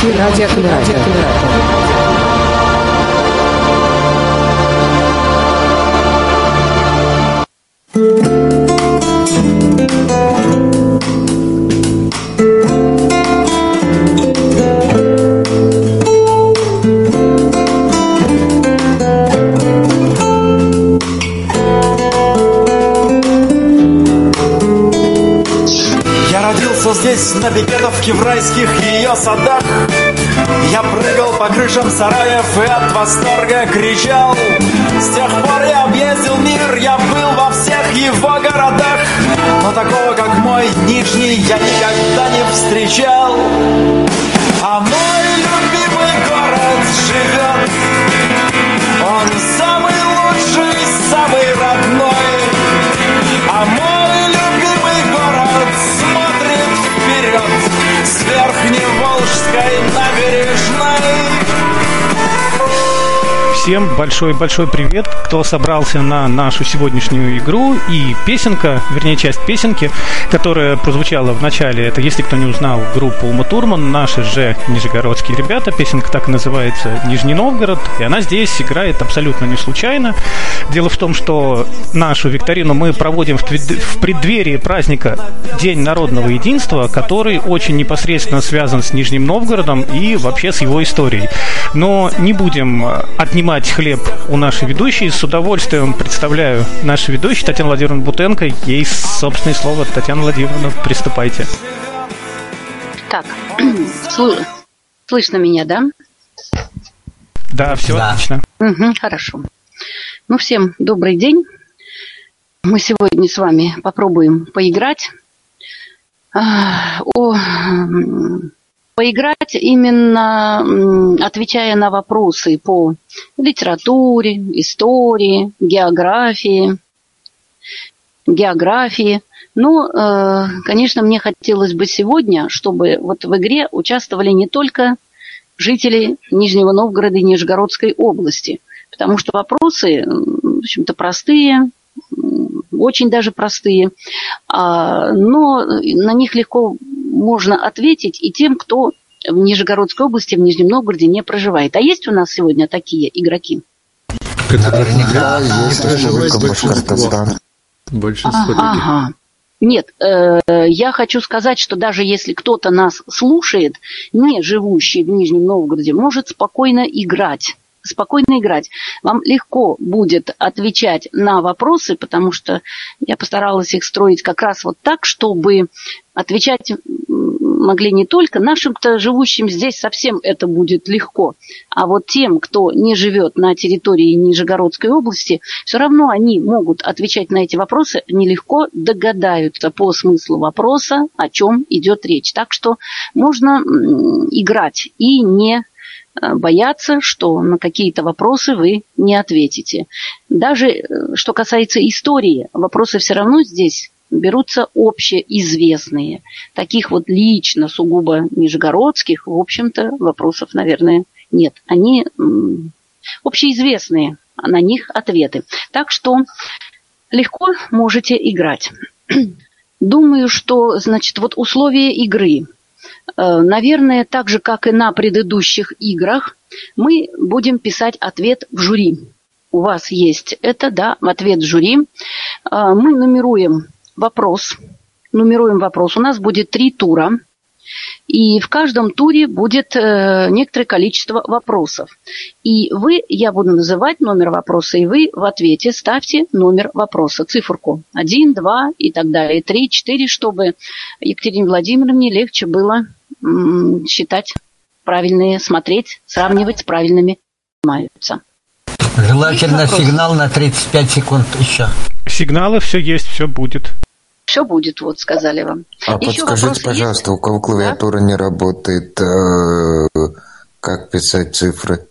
Эфир радиоаккумулятор. Здесь, на Бекетовке, в райских ее садах, я прыгал по крышам сараев и от восторга кричал. С тех пор я объездил мир, я был во всех его городах, но такого, как мой Нижний, я никогда не встречал. А мой любимый город живет, он самый лучший, самый родной. А мой любимый город смотрит вперед с Верхневолжской набережной. Всем большой-большой привет, кто собрался на нашу сегодняшнюю игру. И песенка, вернее часть песенки, которая прозвучала в начале, это, если кто не узнал, группа Ума Турман, наши же нижегородские ребята. Песенка так и называется «Нижний Новгород», и она здесь играет абсолютно не случайно. Дело в том, что нашу викторину мы проводим в преддверии праздника День народного единства, который очень непосредственно связан с Нижним Новгородом и вообще с его историей. Но не будем отнимать хлеб у нашей ведущей. С удовольствием представляю нашу ведущую Татьяну Владимировну Бутенко. Ей собственное слово. Татьяна Владимировна, приступайте. Так, слышно меня, да? Да, все отлично. Угу, хорошо. Ну, всем добрый день. Мы сегодня с вами попробуем поиграть. Поиграть именно отвечая на вопросы по литературе, истории, географии. Но, конечно, мне хотелось бы сегодня, чтобы вот в игре участвовали не только жители Нижнего Новгорода и Нижегородской области, потому что вопросы, в общем-то, простые, очень даже простые, но на них легко можно ответить и тем, кто в Нижегородской области, в Нижнем Новгороде не проживает. А есть у нас сегодня такие игроки? Наверняка есть. Большинство таких. Ага. Нет, я хочу сказать, что даже если кто-то нас слушает, не живущий в Нижнем Новгороде, может спокойно играть. Вам легко будет отвечать на вопросы, потому что я постаралась их строить как раз вот так, чтобы отвечать могли не только нашим-то живущим здесь совсем это будет легко, а вот тем, кто не живет на территории Нижегородской области, все равно они могут отвечать на эти вопросы, они легко догадаются по смыслу вопроса, о чем идет речь. Так что можно играть и не бояться, что на какие-то вопросы вы не ответите. Даже что касается истории, вопросы все равно здесь берутся общеизвестные. Таких вот лично сугубо нижегородских, в общем-то, вопросов, наверное, нет. Они общеизвестные, а на них ответы. Так что легко можете играть. Думаю, что, значит, вот условия игры. Наверное, так же, как и на предыдущих играх, мы будем писать ответ в жюри. У вас есть это, да, ответ в жюри. Мы нумеруем вопрос. У нас будет 3 тура. И в каждом туре будет некоторое количество вопросов. И я буду называть номер вопроса, и вы в ответе ставьте номер вопроса, циферку 1, 2 и так далее, 3, 4, чтобы Екатерине Владимировне легче было считать правильные, смотреть, сравнивать с правильными. Желательно сигнал на 35 секунд еще. Сигналы все есть, все будет. Все будет, вот сказали вам. А еще подскажите, пожалуйста, есть? У кого клавиатура не работает, как писать цифры?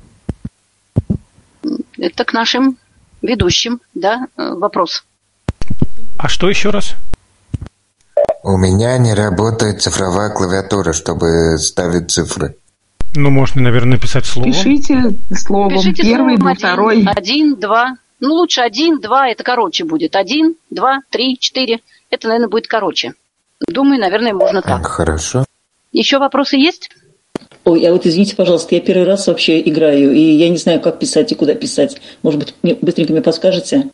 Это к нашим ведущим, да, вопрос. А что еще раз? У меня не работает цифровая клавиатура, чтобы ставить цифры. Ну, можно, наверное, написать словом. Пишите словом. Пишите Первый, словом второй. 1, 2. Ну, лучше 1, 2, это короче будет. 1, 2, 3, 4. Это, наверное, будет короче. Думаю, наверное, можно так. Хорошо. Еще вопросы есть? Ой, а вот извините, пожалуйста, я первый раз вообще играю, и я не знаю, как писать и куда писать. Может быть, быстренько мне подскажете?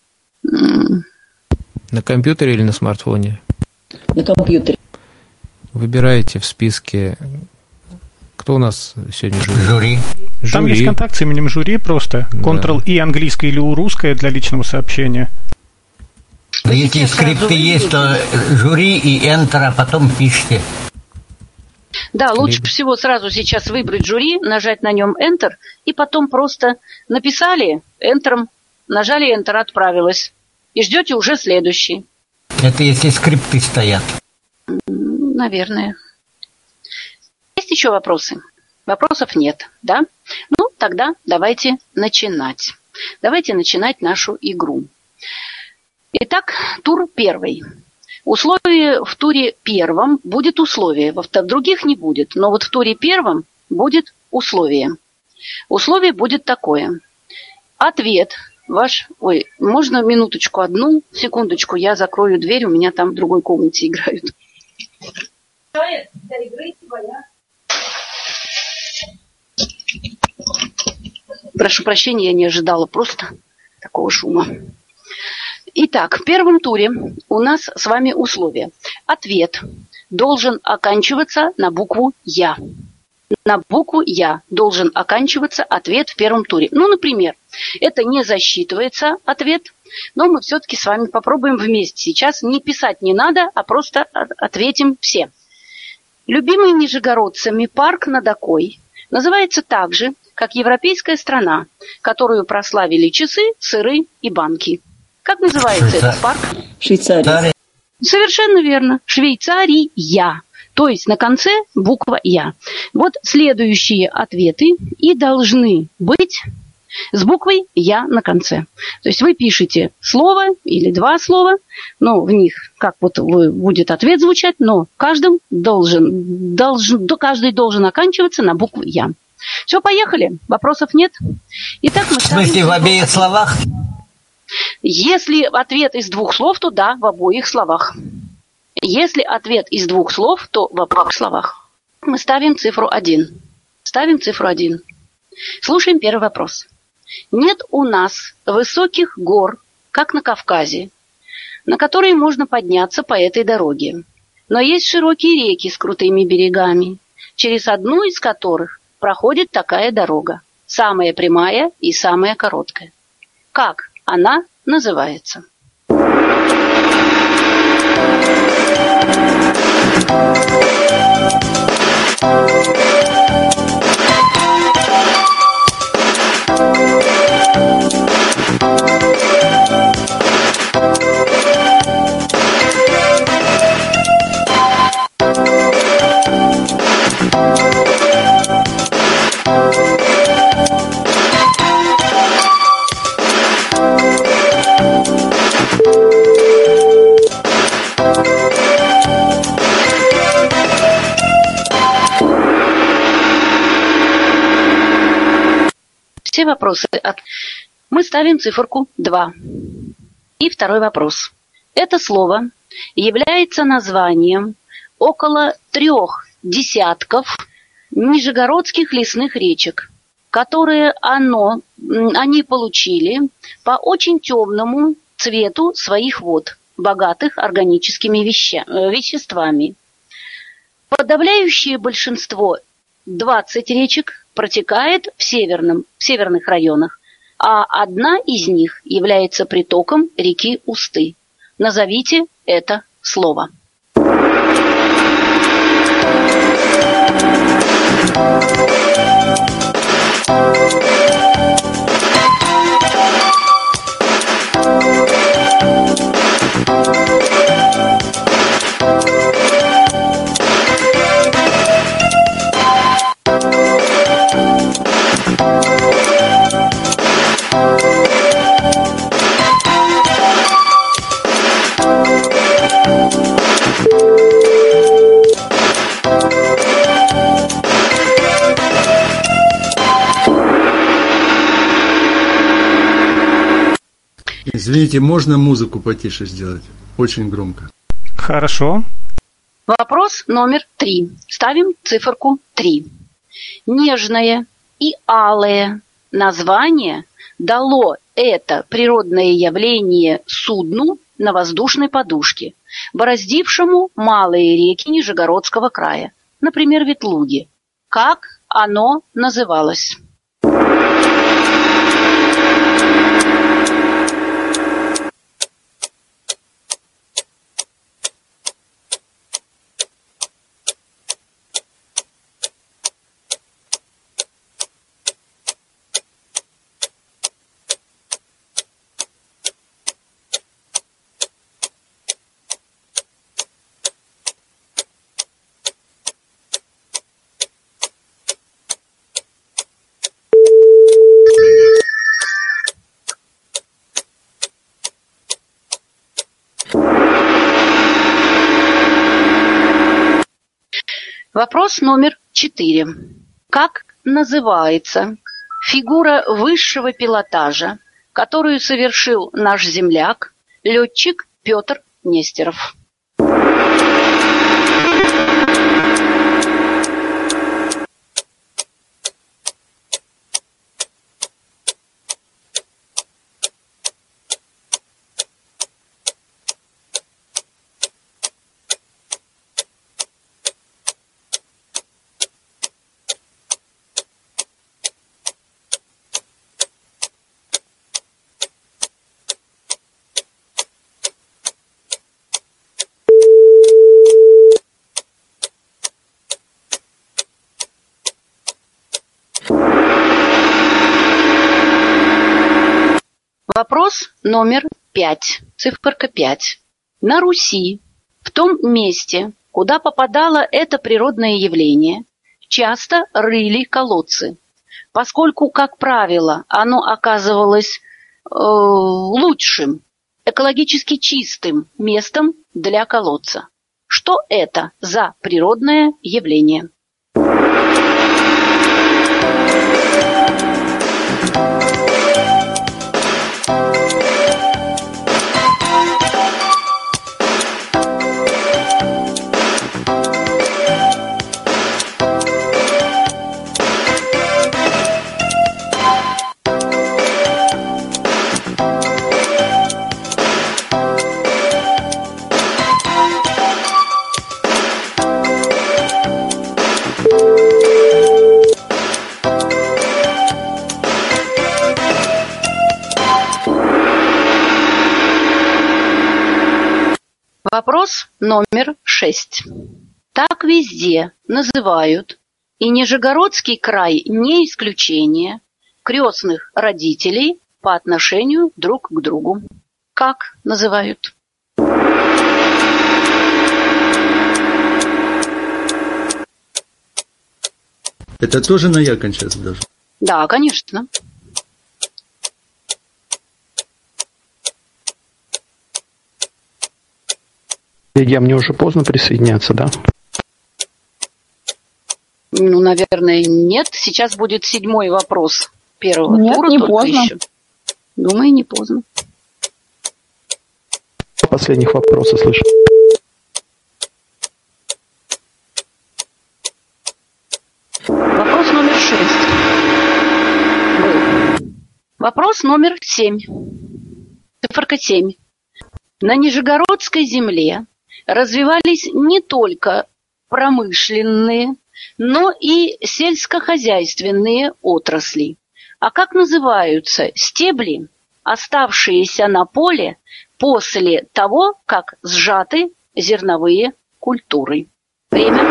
На компьютере или на смартфоне? На компьютере. Выбираете в списке... Кто у нас сегодня Жюри. Там есть контакт с именем жюри просто. Ctrl-I английское или U русское для личного сообщения. Да если скрипты есть, то жюри и Enter, а потом пишите. Да, лучше всего сразу сейчас выбрать жюри, нажать на нем Enter, и потом просто написали Enter, нажали Enter, отправилось. И ждете уже следующий. Это если скрипты стоят. Наверное. Есть еще вопросы? Вопросов нет, да? Ну, тогда давайте начинать. Давайте начинать нашу игру. Итак, тур первый. Условие в туре первом будет условие, в других не будет. Но вот в туре первом будет условие. Условие будет такое. Ответ ваш... Ой, можно минуточку одну, секундочку, я закрою дверь, у меня там в другой комнате играют. Прошу прощения, я не ожидала просто такого шума. Итак, в первом туре у нас с вами условие. Ответ должен оканчиваться на букву «Я». На букву «Я» должен оканчиваться ответ в первом туре. Ну, например, это не засчитывается ответ, но мы все-таки с вами попробуем вместе. Сейчас не писать не надо, а просто ответим все. Любимый нижегородцами парк над Окой называется так же, как европейская страна, которую прославили часы, сыры и банки. Как называется этот парк? Швейцария. Совершенно верно. Швейцария. То есть на конце буква «Я». Вот следующие ответы и должны быть с буквой «Я» на конце. То есть вы пишете слово или два слова, но в них как вот будет ответ звучать, но каждый должен оканчиваться на букву «Я». Все, поехали. Вопросов нет? Итак, мы в смысле, в обеих словах? Если ответ из двух слов, то да, в обоих словах. Если ответ из двух слов, то в обоих словах. Мы ставим цифру 1. Ставим цифру 1. Слушаем первый вопрос. Нет у нас высоких гор, как на Кавказе, на которые можно подняться по этой дороге. Но есть широкие реки с крутыми берегами, через одну из которых проходит такая дорога. Самая прямая и самая короткая. Как она называется? Все вопросы. Мы ставим циферку 2. И второй вопрос. Это слово является названием около 3 десятков нижегородских лесных речек, которые они получили по очень темному цвету своих вод, богатых органическими веществами. Подавляющее большинство, 20 речек, протекает в северных районах, а одна из них является притоком реки Усты. Назовите это слово. Извините, можно музыку потише сделать? Очень громко. Хорошо. Вопрос номер 3. Ставим циферку 3. Нежное и алое название дало это природное явление судну на воздушной подушке, бороздившему малые реки Нижегородского края, например, Ветлуги. Как оно называлось? Вопрос номер 4. Как называется фигура высшего пилотажа, которую совершил наш земляк, летчик Петр Нестеров? Вопрос номер 5, циферка 5. На Руси, в том месте, куда попадало это природное явление, часто рыли колодцы, поскольку, как правило, оно оказывалось лучшим, экологически чистым местом для колодца. Что это за природное явление? Вопрос номер 6. Так везде называют, и Нижегородский край не исключение, крестных родителей по отношению друг к другу. Как называют? Это тоже на «я» кончается даже? Да, конечно. Илья, мне уже поздно присоединяться, да? Ну, наверное, нет. Сейчас будет 7-й вопрос первого тура. Нет, не поздно. Еще. Думаю, не поздно. Последних вопросов слышу. Вопрос номер 6 был. Вопрос номер 7. Циферка 7. На Нижегородской земле развивались не только промышленные, но и сельскохозяйственные отрасли. А как называются стебли, оставшиеся на поле после того, как сжаты зерновые культуры? Время.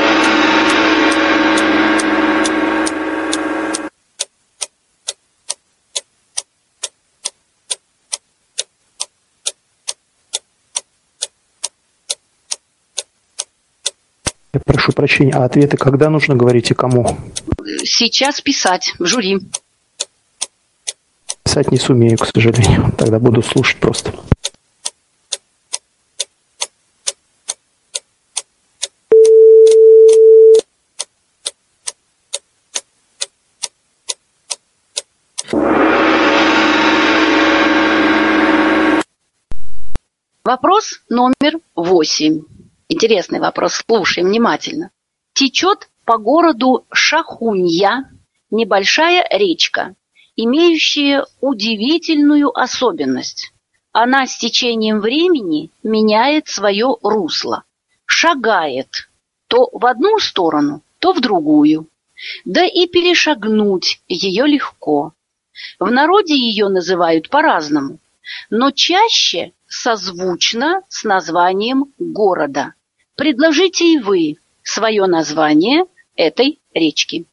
Я прошу прощения, а ответы когда нужно говорить и кому? Сейчас писать в жюри. Писать не сумею, к сожалению. Тогда буду слушать просто. Вопрос номер 8. Интересный вопрос, слушаем внимательно. Течет по городу Шахунья небольшая речка, имеющая удивительную особенность. Она с течением времени меняет свое русло, шагает то в одну сторону, то в другую. Да и перешагнуть ее легко. В народе ее называют по-разному, но чаще созвучно с названием города. Предложите и вы свое название этой речки.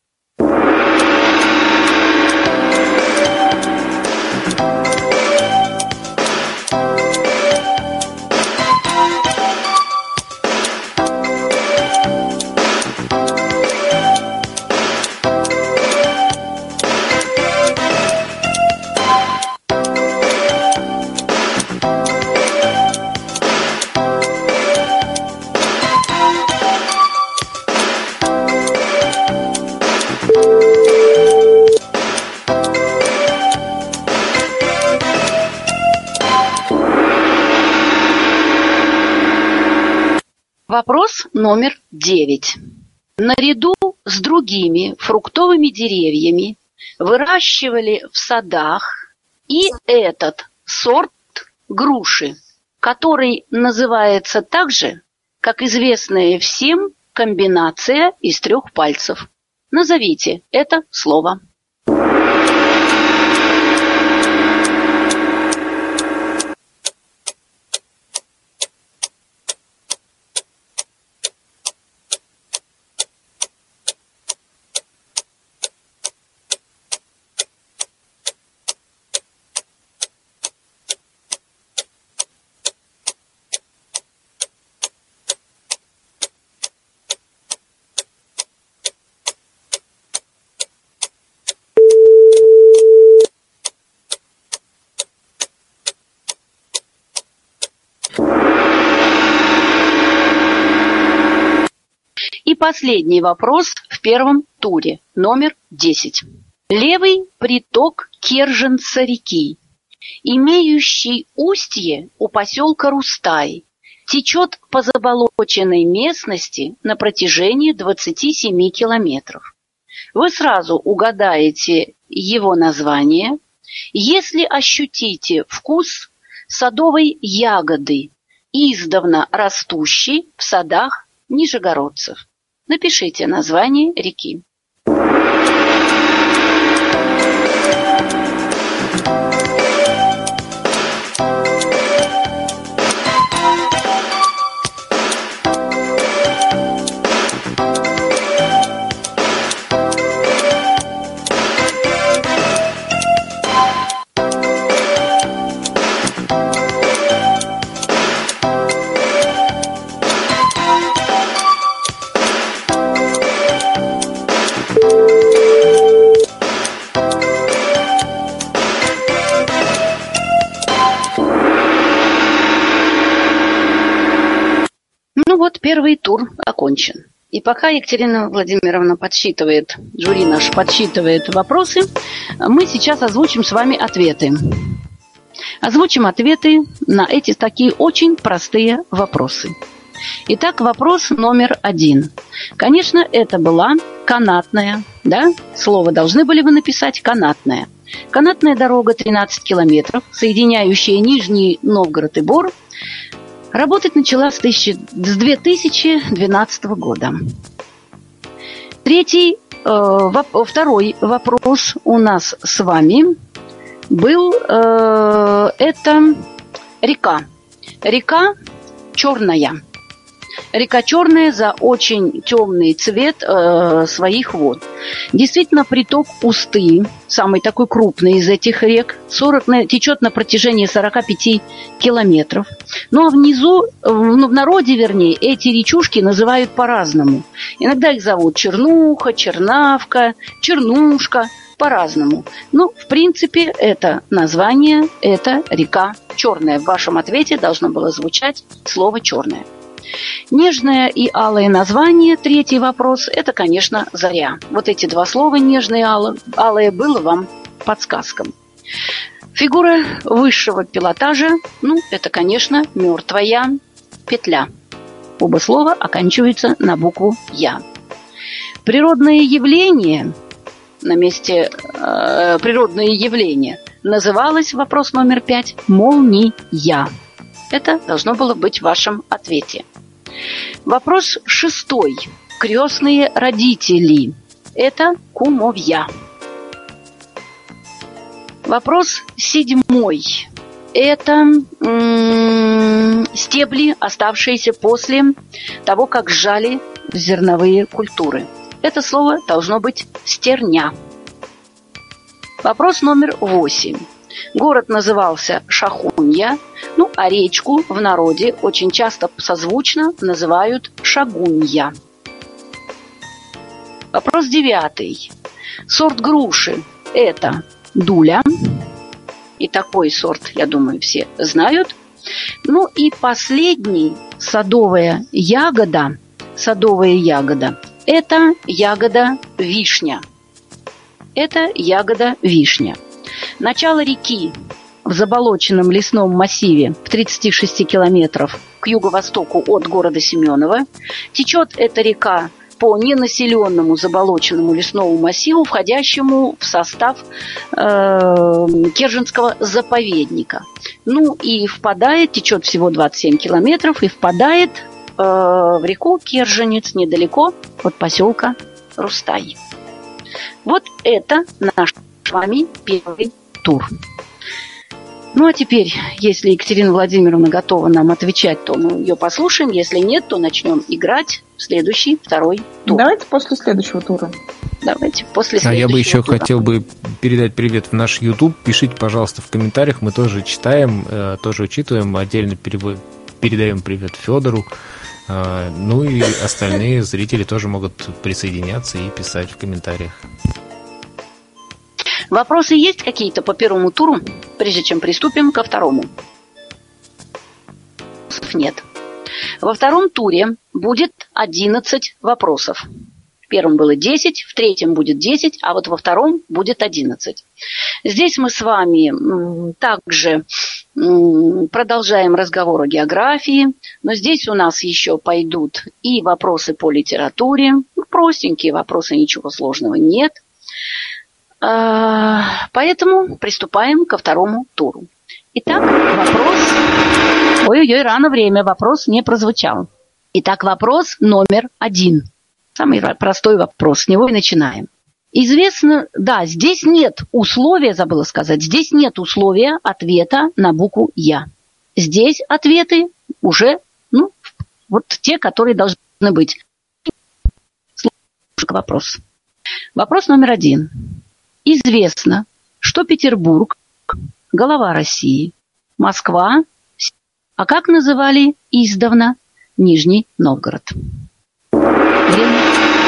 Вопрос номер 9. Наряду с другими фруктовыми деревьями выращивали в садах и этот сорт груши, который называется так же, как известная всем комбинация из 3 пальцев. Назовите это слово. И последний вопрос в первом туре, номер 10. Левый приток Керженца реки, имеющий устье у поселка Рустай, течет по заболоченной местности на протяжении 27 километров. Вы сразу угадаете его название, если ощутите вкус садовой ягоды, издавна растущей в садах нижегородцев. Напишите название реки. Первый тур окончен. И пока Екатерина Владимировна подсчитывает, жюри наш подсчитывает вопросы, мы сейчас озвучим с вами ответы. Озвучим ответы на эти такие очень простые вопросы. Итак, вопрос номер 1. Конечно, это была канатная, да? Слово должны были вы написать канатная. Канатная дорога 13 километров, соединяющая Нижний Новгород и Бор, работать начала с 2012 года. Второй вопрос у нас с вами был, это река. Река Черная. Река Черная за очень темный цвет своих вод. Действительно, приток Усты, самый такой крупный из этих рек, течет на протяжении 45 километров. Ну а внизу, в народе, вернее, эти речушки называют по-разному. Иногда их зовут Чернуха, Чернавка, Чернушка, по-разному. Ну, в принципе, это название, это река Черная. В вашем ответе должно было звучать слово «черная». Нежное и алое название, третий вопрос, это, конечно, заря. Вот эти два слова, нежное и алое, было вам подсказком. Фигура высшего пилотажа, это, конечно, мертвая петля. Оба слова оканчиваются на букву «Я». Природное явление на месте природное явление называлось, вопрос номер 5, молния. Это должно было быть в вашем ответе. Вопрос 6. Крестные родители. Это кумовья. Вопрос 7. Это стебли, оставшиеся после того, как сжали зерновые культуры. Это слово должно быть стерня. Вопрос номер 8. Город назывался Шахунья, а речку в народе очень часто созвучно называют Шагунья. Вопрос 9. Сорт груши – это дуля. И такой сорт, я думаю, все знают. И последний – садовая ягода. Садовая ягода – это ягода вишня. Это ягода вишня. Начало реки в заболоченном лесном массиве в 36 километров к юго-востоку от города Семеново. Течет эта река по ненаселенному заболоченному лесному массиву, входящему в состав Керженского заповедника. И впадает, течет всего 27 километров, и впадает в реку Керженец недалеко от поселка Рустай. Вот это наш с вами первый тур. А теперь, если Екатерина Владимировна готова нам отвечать, то мы ее послушаем. Если нет, то начнем играть в следующий, второй тур. Давайте после следующего тура. Давайте после следующего тура. Я бы еще хотел бы передать привет в наш YouTube. Пишите, пожалуйста, в комментариях. Мы тоже читаем, тоже учитываем. Отдельно передаем привет Федору. И остальные зрители тоже могут присоединяться и писать в комментариях. Вопросы есть какие-то по первому туру, прежде чем приступим ко второму? Нет. Во втором туре будет 11 вопросов. В первом было 10, в третьем будет 10, а вот во втором будет 11. Здесь мы с вами также продолжаем разговор о географии, но здесь у нас еще пойдут и вопросы по литературе. Простенькие вопросы, ничего сложного нет. Поэтому приступаем ко второму туру. Итак, вопрос... Ой-ой-ой, рано время, вопрос не прозвучал. Итак, вопрос номер 1. Самый простой вопрос, с него и начинаем. Известно, здесь нет условия, забыла сказать, здесь нет условия ответа на букву «Я». Здесь ответы уже, те, которые должны быть. Вопрос. Вопрос номер 1. Известно, что Петербург – голова России, Москва, а как называли издавна Нижний Новгород? Время.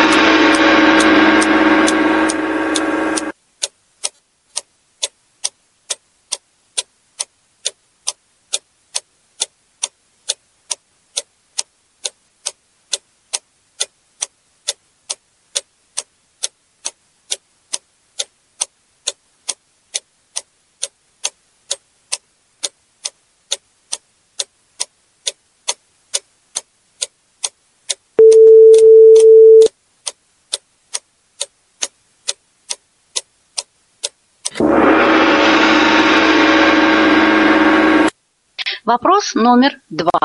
Вопрос номер 2. В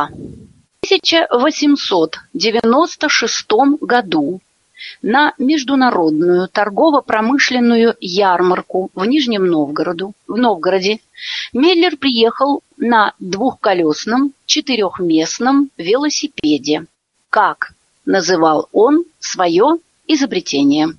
1896 году на международную торгово-промышленную ярмарку в Нижнем Новгороде Меллер приехал на двухколесном четырехместном велосипеде. Как называл он свое изобретение?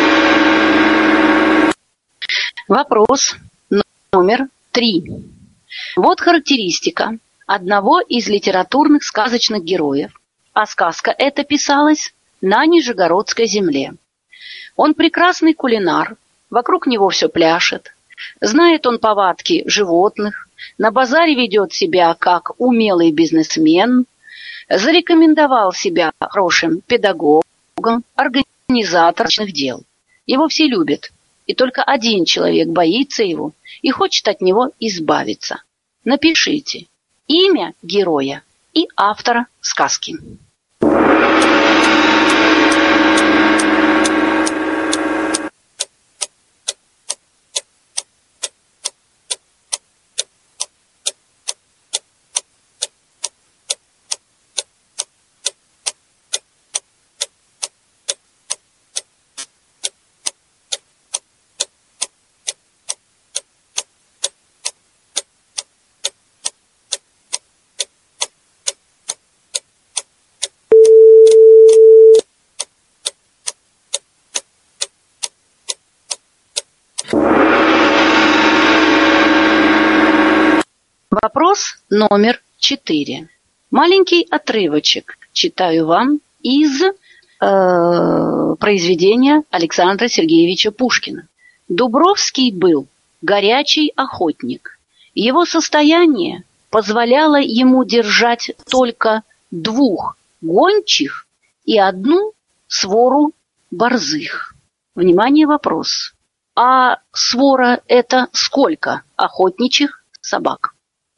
Вопрос номер 3. Вот характеристика одного из литературных сказочных героев, а сказка эта писалась на Нижегородской земле. Он прекрасный кулинар, вокруг него все пляшет, знает он повадки животных, на базаре ведет себя как умелый бизнесмен, зарекомендовал себя хорошим педагогом, организатором дел. Его все любят, и только один человек боится его и хочет от него избавиться. Напишите имя героя и автора сказки. Вопрос номер 4. Маленький отрывочек читаю вам из произведения Александра Сергеевича Пушкина. Дубровский был горячий охотник. Его состояние позволяло ему держать только 2 гончих и 1 свору борзых. Внимание, вопрос. А свора – это сколько охотничьих собак?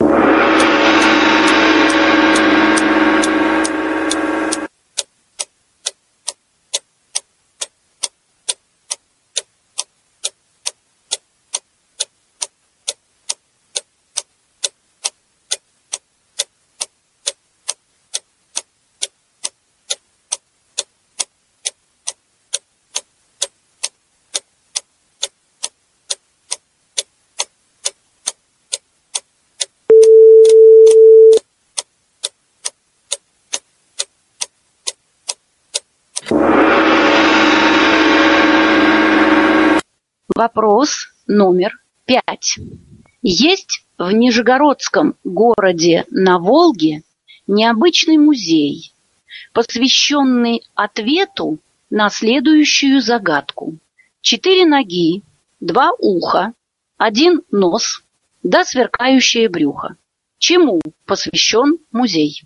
Вопрос номер 5. Есть в Нижегородском городе на Волге необычный музей, посвященный ответу на следующую загадку. 4 ноги, 2 уха, 1 нос, да сверкающее брюхо. Чему посвящен музей?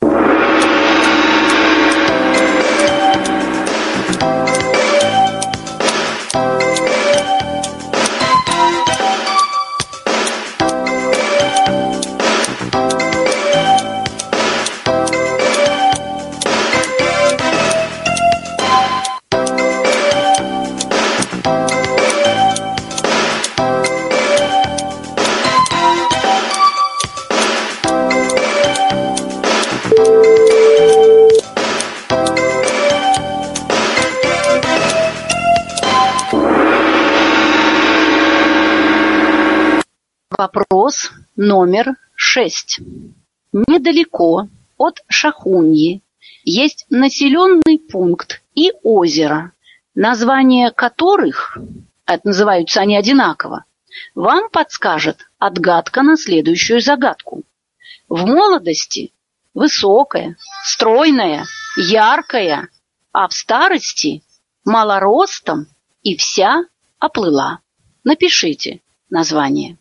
Вопрос номер 6. Недалеко от Шахуньи есть населенный пункт и озеро, названия которых, называются они одинаково, вам подскажет отгадка на следующую загадку. В молодости высокая, стройная, яркая, а в старости малоростом и вся оплыла. Напишите название.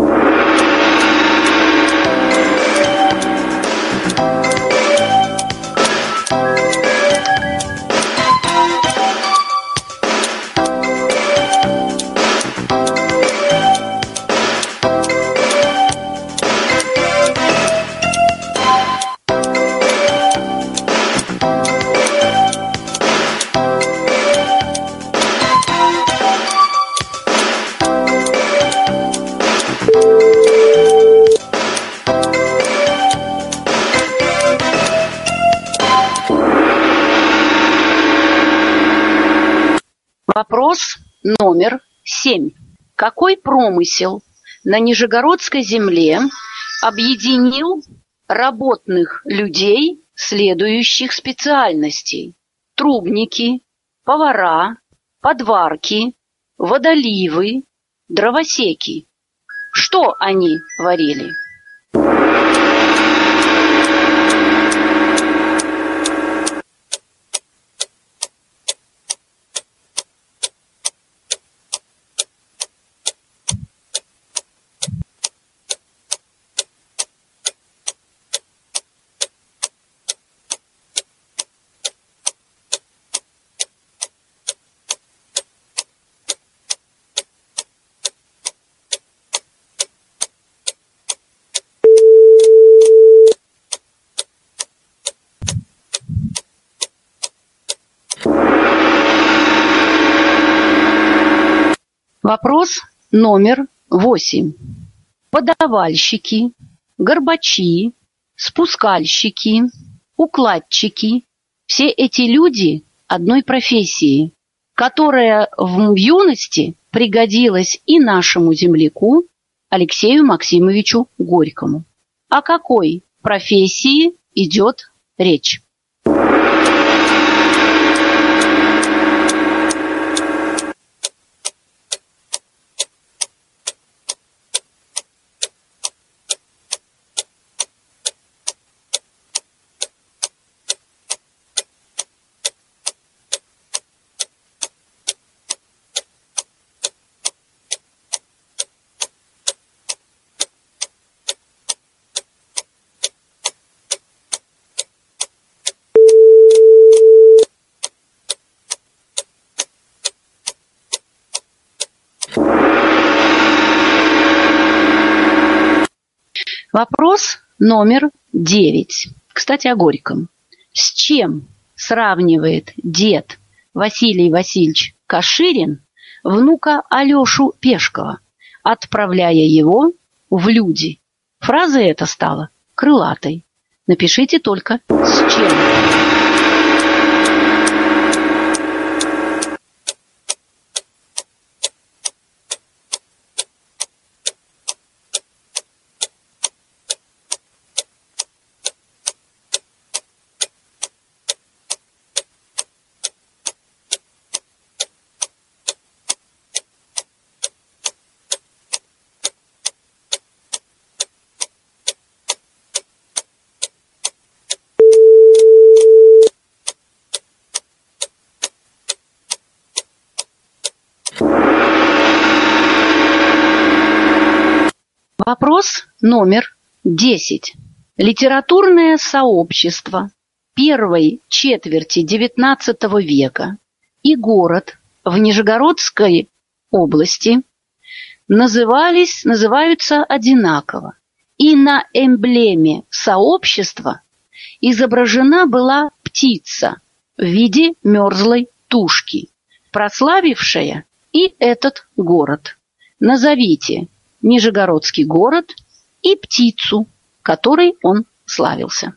Вопрос номер 7. Какой промысел на Нижегородской земле объединил работных людей следующих специальностей: трубники, повара, подварки, водоливы, дровосеки? Что они варили? Вопрос номер 8. Подавальщики, горбачи, спускальщики, укладчики – все эти люди одной профессии, которая в юности пригодилась и нашему земляку Алексею Максимовичу Горькому. О какой профессии идет речь? Вопрос номер 9. Кстати, о Горьком. С чем сравнивает дед Василий Васильевич Каширин внука Алешу Пешкова, отправляя его в люди? Фраза эта стала крылатой. Напишите только с чем. Вопрос номер 10. Литературное сообщество первой четверти XIX века и город в Нижегородской области называются одинаково. И на эмблеме сообщества изображена была птица в виде мерзлой тушки, прославившая и этот город. Назовите Нижегородский город и птицу, которой он славился.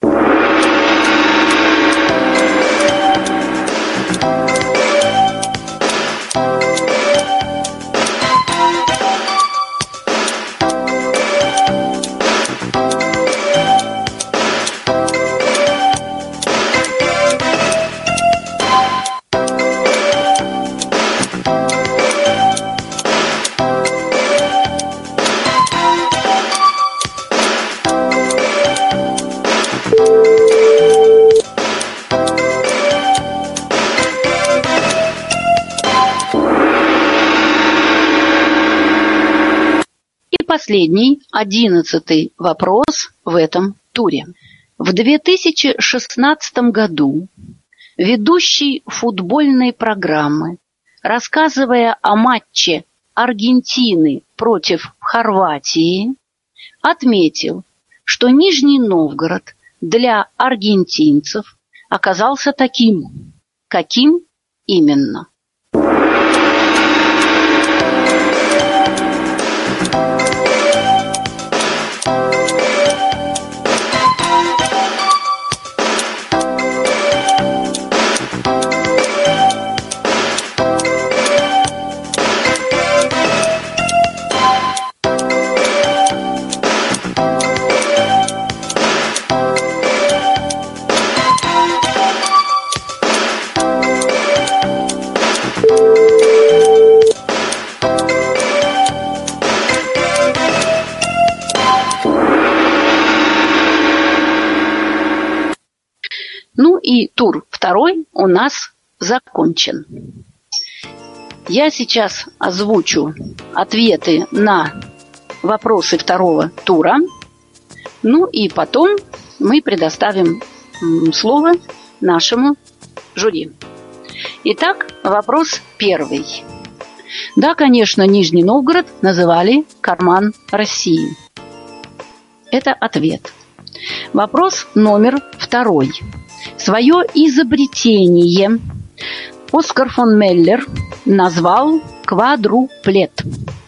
Последний, 11-й вопрос в этом туре. В 2016 году ведущий футбольной программы, рассказывая о матче Аргентины против Хорватии, отметил, что Нижний Новгород для аргентинцев оказался таким. Каким именно? И тур второй у нас закончен. Я сейчас озвучу ответы на вопросы второго тура. Ну и потом мы предоставим слово нашему жюри. Итак, вопрос первый. Да, конечно, Нижний Новгород называли карман России. Это ответ. Вопрос номер второй. Свое изобретение Оскар фон Меллер назвал квадруплет.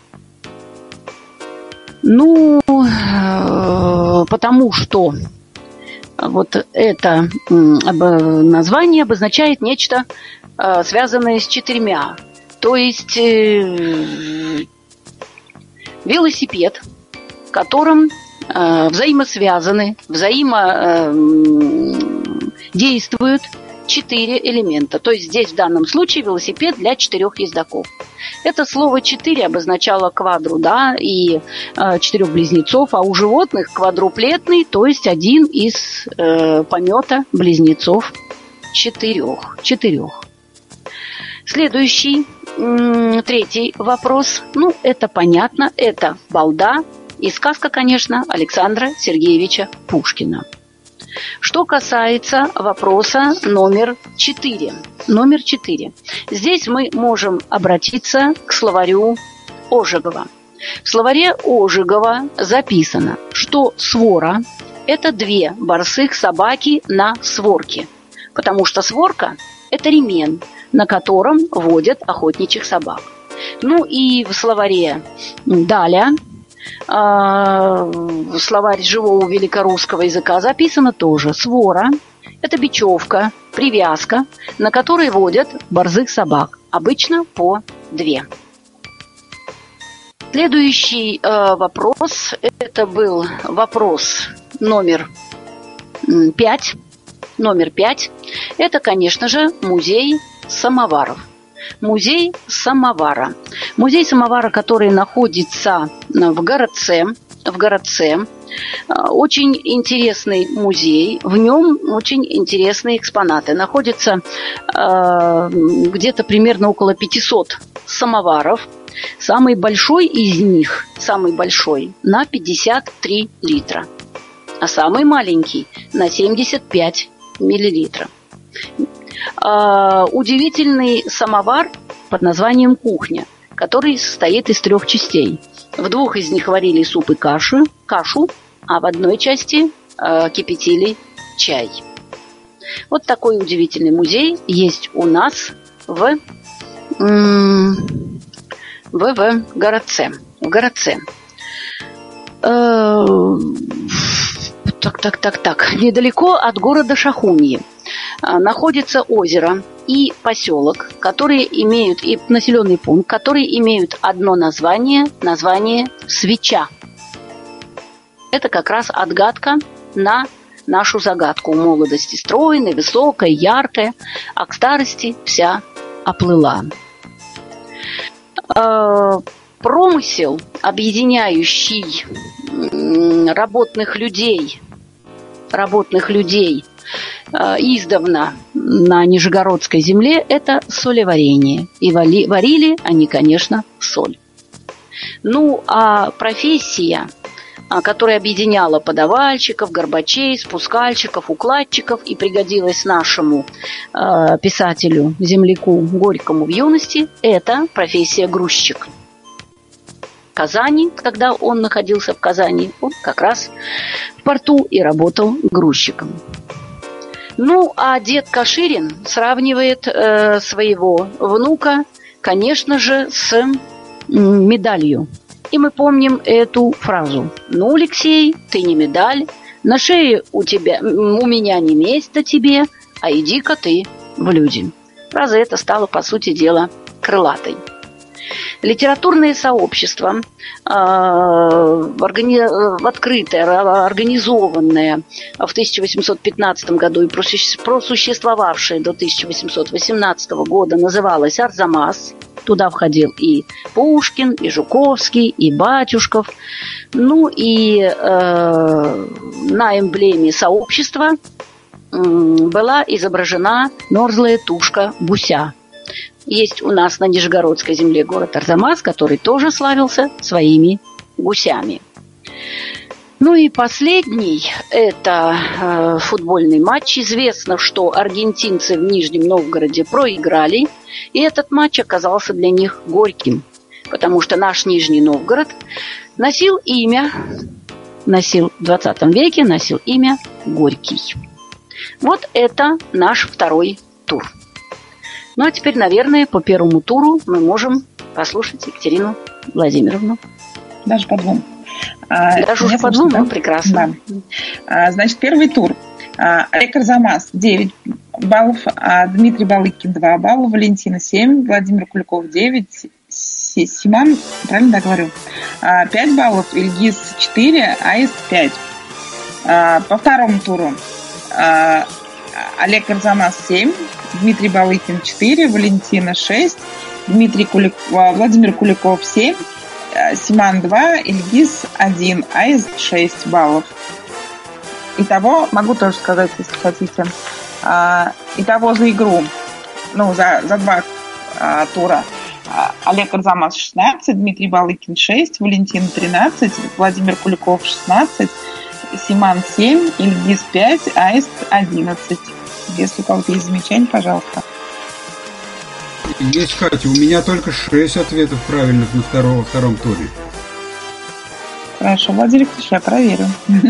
Ну, потому что вот это название обозначает нечто, связанное с 4. То есть велосипед, в котором взаимосвязаны, взаимодействуют 4 элемента. То есть здесь в данном случае велосипед для 4 ездоков. Это слово 4 обозначало квадру, да, и 4 близнецов, а у животных квадруплетный, то есть один из помета близнецов 4. Следующий, третий вопрос. Ну, это понятно, это балда и сказка, конечно, Александра Сергеевича Пушкина. Что касается вопроса номер 4. Номер 4. Здесь мы можем обратиться к словарю Ожегова. В словаре Ожегова записано, что свора – это 2 борзых собаки на сворке, потому что сворка – это ремень, на котором водят охотничьих собак. Ну и в словаре Даля, словарь живого великорусского языка, записано тоже. Свора – это бечевка, привязка, на которой водят борзых собак, обычно по 2. Следующий вопрос, это был вопрос номер 5. Номер 5 – это, конечно же, музей самоваров. Музей самовара. Музей самовара, который находится в городце. Очень интересный музей. В нем очень интересные экспонаты. Находится где-то примерно около 500 самоваров. Самый большой из них, на 53 литра. А самый маленький на 75 миллилитров. Удивительный самовар под названием кухня, который состоит из 3 частей. В 2 из них варили суп и кашу, а в одной части кипятили чай. Вот такой удивительный музей есть у нас в городце. Недалеко от города Шахуньи находится озеро и поселок, которые имеют, и населенный пункт, которые имеют одно название Свеча. Это как раз отгадка на нашу загадку. Молодости стройной, высокой, яркой, а к старости вся оплыла. Промысел, объединяющий работных людей издавна на Нижегородской земле, это солеварение. И варили они, конечно, соль. Ну, а профессия, которая объединяла подавальщиков, горбачей, спускальщиков, укладчиков и пригодилась нашему писателю, земляку Горькому в юности, это профессия грузчик. В Казани, когда он находился в Казани, он как раз в порту и работал грузчиком. Ну, а дед Каширин сравнивает своего внука, конечно же, с медалью. И мы помним эту фразу. Ну, Алексей, ты не медаль, на шее у меня не место тебе, а иди-ка ты в люди. Фраза эта стала, по сути дела, крылатой. Литературное сообщество, открытое, организованное в 1815 году и просуществовавшее до 1818 года, называлось «Арзамас». Туда входил и Пушкин, и Жуковский, и Батюшков. Ну и на эмблеме сообщества была изображена мерзлая тушка гуся. Есть у нас на Нижегородской земле город Арзамас, который тоже славился своими гусями. Ну и последний – это футбольный матч. Известно, что аргентинцы в Нижнем Новгороде проиграли, и этот матч оказался для них горьким, потому что наш Нижний Новгород носил в 20 веке носил имя Горький. Вот это наш второй тур. Ну а теперь, наверное, по первому туру мы можем послушать Екатерину Владимировну. Даже по двум. Даже уже по двум, да? Прекрасно. Да. Значит, первый тур. Олег Арзамас 9 баллов, Дмитрий Балыкин 2 балла, Валентина 7, Владимир Куликов 9, Симан, правильно да, говорю, 5 баллов, Ильгиз 4, Аист 5. По второму туру Олег Арзамас 7, Дмитрий Балыкин 4, Валентина 6, Владимир Куликов 7, Симан 2, Ильгиз 1, Аист 6 баллов. Итого, могу тоже сказать, если хотите, итого за игру, за два тура Олег Арзамас 16, Дмитрий Балыкин 6, Валентин 13, Владимир Куликов 16, Симан 7, Ильгиз 5, Аист 11. Если у кого-то есть замечания, пожалуйста. Есть, Катя, у меня только 6 ответов правильных на втором туре. Хорошо, Владимир Ильич, я проверю.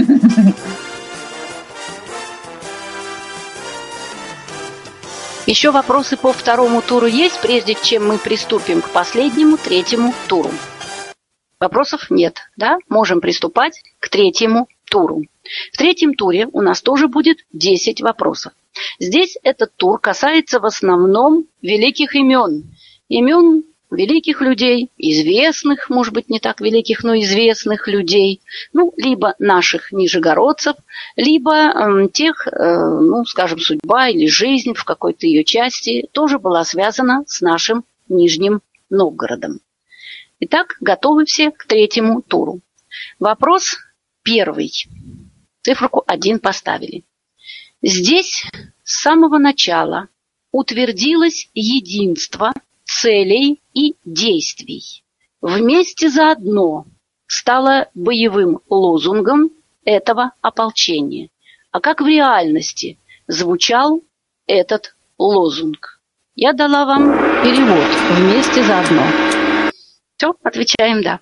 Еще вопросы по второму туру есть, прежде чем мы приступим к последнему, третьему туру? Вопросов нет, да? Можем приступать к третьему туру. В третьем туре у нас тоже будет 10 вопросов. Здесь этот тур касается в основном великих имен. Имен великих людей, известных, может быть, не так великих, но известных людей. Либо наших нижегородцев, либо тех, скажем, судьба или жизнь в какой-то ее части тоже была связана с нашим Нижним Новгородом. Итак, готовы все к третьему туру. Вопрос первый. Циферку 1 поставили. Здесь с самого начала утвердилось единство целей и действий. Вместе заодно стало боевым лозунгом этого ополчения. А как в реальности звучал этот лозунг? Я дала вам перевод «вместе заодно». Все, отвечаем «да».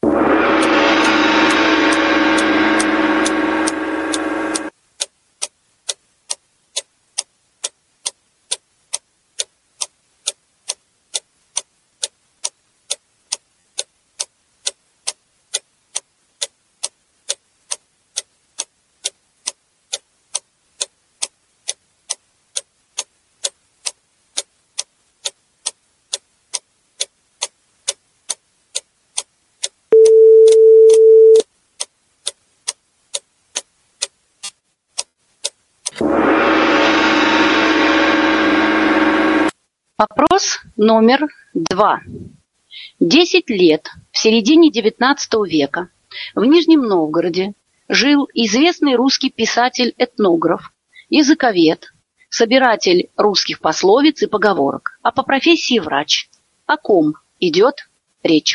Вопрос номер 2. 10 лет в середине XIX века в Нижнем Новгороде жил известный русский писатель-этнограф, языковед, собиратель русских пословиц и поговорок, а по профессии врач. О ком идет речь?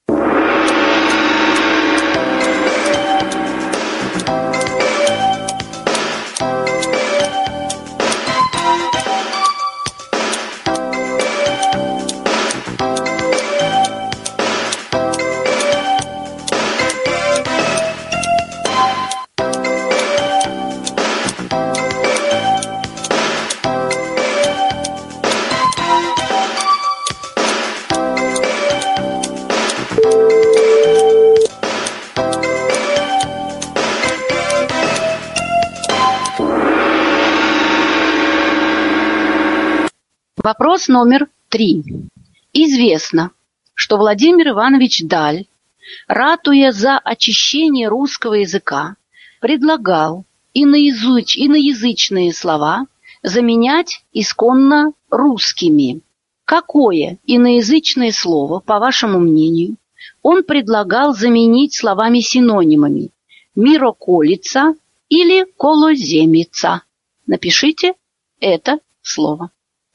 Вопрос номер 3. Известно, что Владимир Иванович Даль, ратуя за очищение русского языка, предлагал иноязычные слова заменять исконно русскими. Какое иноязычное слово, по вашему мнению, он предлагал заменить словами-синонимами «мироколица» или «колоземица»? напишите это слово.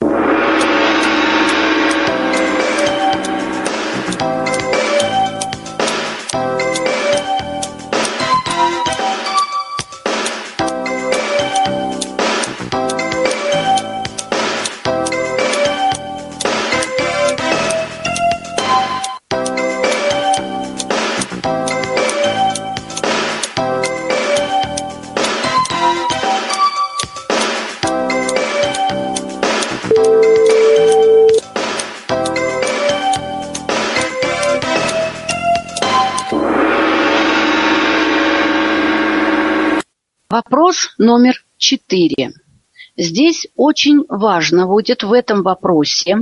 Вопрос номер 4. Здесь очень важно будет в этом вопросе.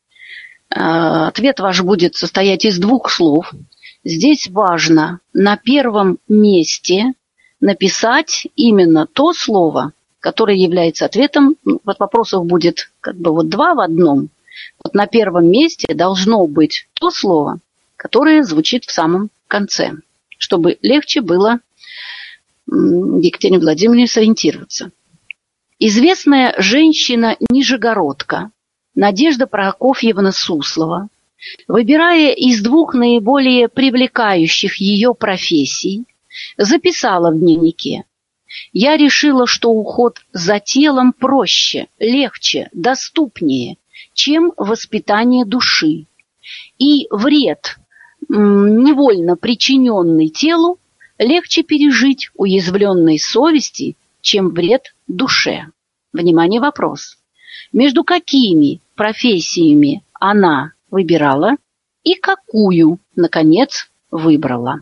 Ответ ваш будет состоять из 2 слов. Здесь важно на первом месте написать именно то слово, которое является ответом. Вот вопросов будет как бы вот 2 в одном. Вот на первом месте должно быть то слово, которое звучит в самом конце, чтобы легче было Екатерине Владимировне сориентироваться. Известная женщина-нижегородка Надежда Прокофьевна Суслова, выбирая из 2 наиболее привлекающих ее профессий, записала в дневнике: «Я решила, что уход за телом проще, легче, доступнее, чем воспитание души, и вред, невольно причиненный телу, легче пережить уязвленной совести, чем вред душе». Внимание, вопрос. Между какими профессиями она выбирала и какую, наконец, выбрала?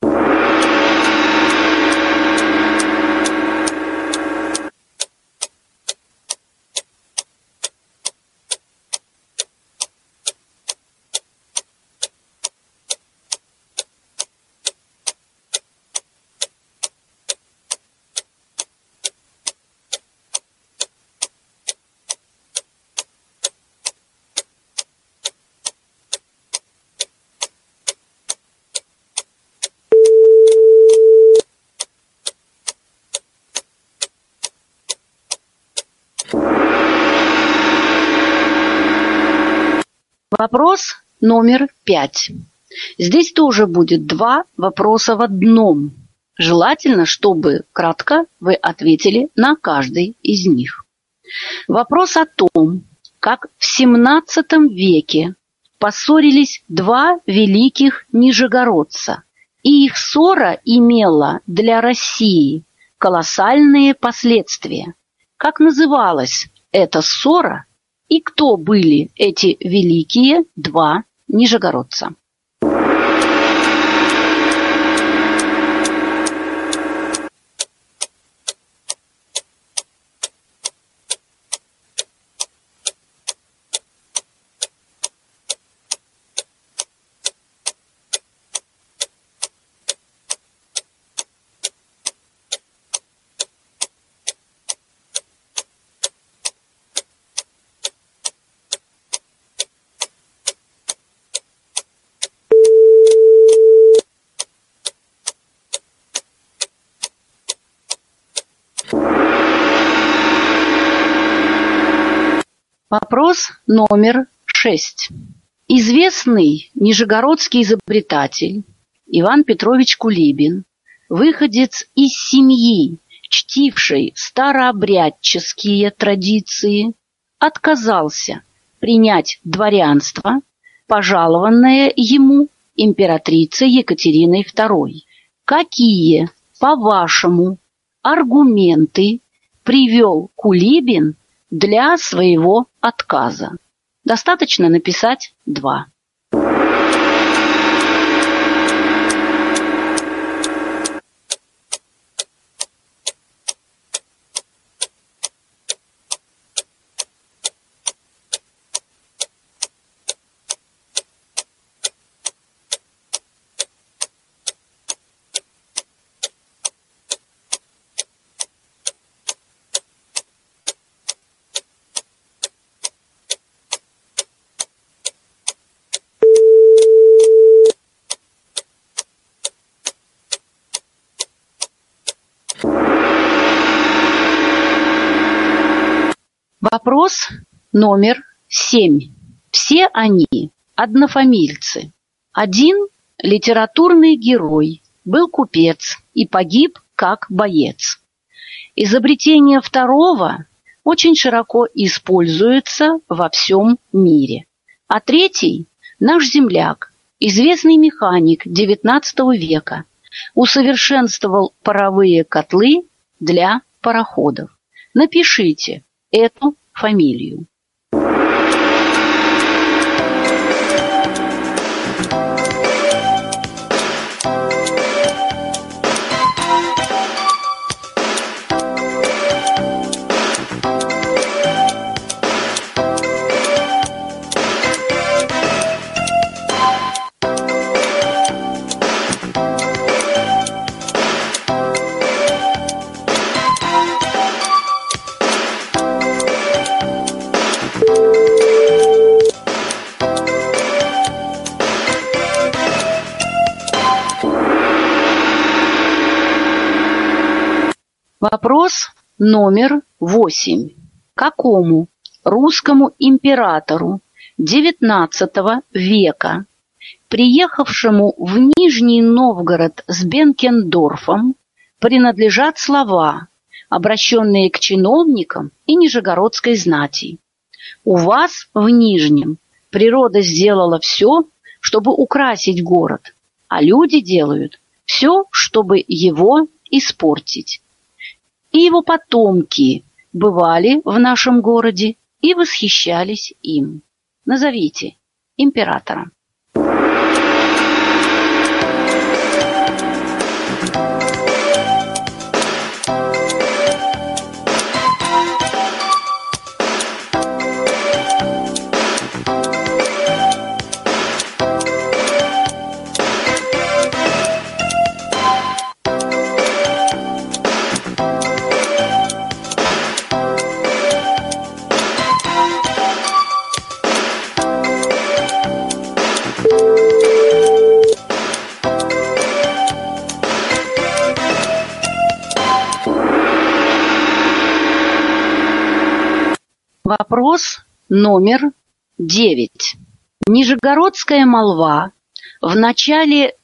Вопрос номер 5. Здесь тоже будет 2 вопроса в одном. Желательно, чтобы кратко вы ответили на каждый из них. Вопрос о том, как в XVII веке поссорились 2 великих нижегородца, и их ссора имела для России колоссальные последствия. Как называлась эта ссора и кто были эти великие 2 нижегородца? Вопрос номер 6. Известный нижегородский изобретатель Иван Петрович Кулибин, выходец из семьи, чтившей старообрядческие традиции, отказался принять дворянство, пожалованное ему императрицей Екатериной II. Какие, по-вашему, аргументы привел Кулибин для своего отказа? Достаточно написать 2. Вопрос номер 7. Все они однофамильцы. Один литературный герой, был купец и погиб как боец. Изобретение второго очень широко используется во всем мире. А третий – наш земляк, известный механик XIX века, усовершенствовал паровые котлы для пароходов. Напишите эту фамилию. Вопрос номер 8. Какому русскому императору XIX века, приехавшему в Нижний Новгород с Бенкендорфом, принадлежат слова, обращенные к чиновникам и нижегородской знати? У вас в Нижнем природа сделала все, чтобы украсить город, а люди делают все, чтобы его испортить. И его потомки бывали в нашем городе и восхищались им. Назовите императора. Вопрос номер 9. Нижегородская молва в начале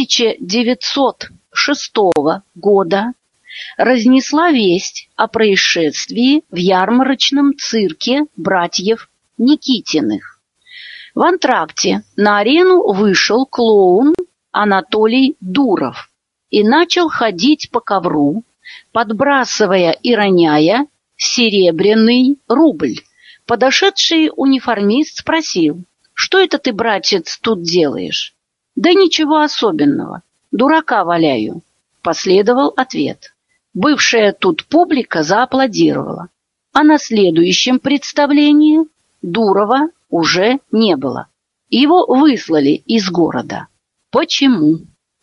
1906 года разнесла весть о происшествии в ярмарочном цирке братьев Никитиных. В антракте на арену вышел клоун Анатолий Дуров и начал ходить по ковру, подбрасывая и роняя серебряный рубль. Подошедший униформист спросил: «Что это ты, братец, тут делаешь?» «Да ничего особенного, дурака валяю», — последовал ответ. Бывшая тут публика зааплодировала, а на следующем представлении Дурова уже не было. Его выслали из города. Почему?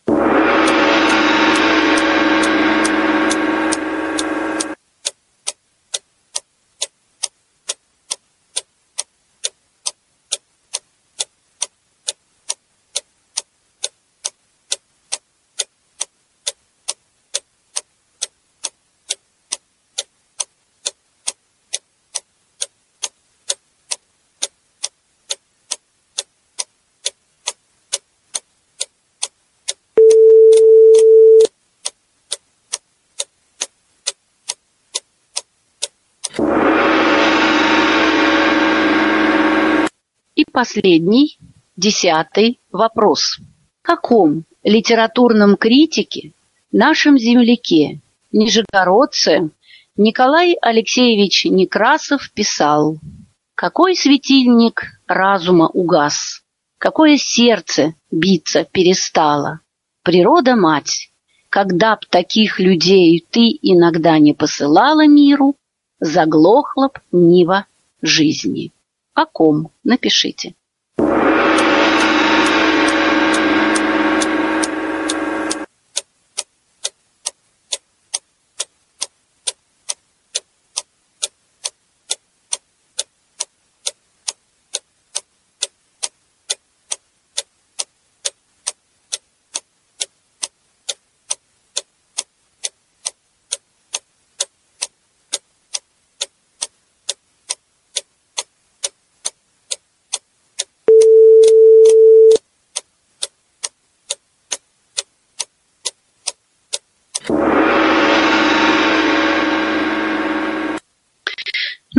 И последний, 10-й вопрос. В каком литературном критике, нашем земляке, нижегородце Николай Алексеевич Некрасов писал: «Какой светильник разума угас, какое сердце биться перестало. Природа-мать, когда б таких людей ты иногда не посылала миру, заглохла б нива жизни». О ком? Напишите.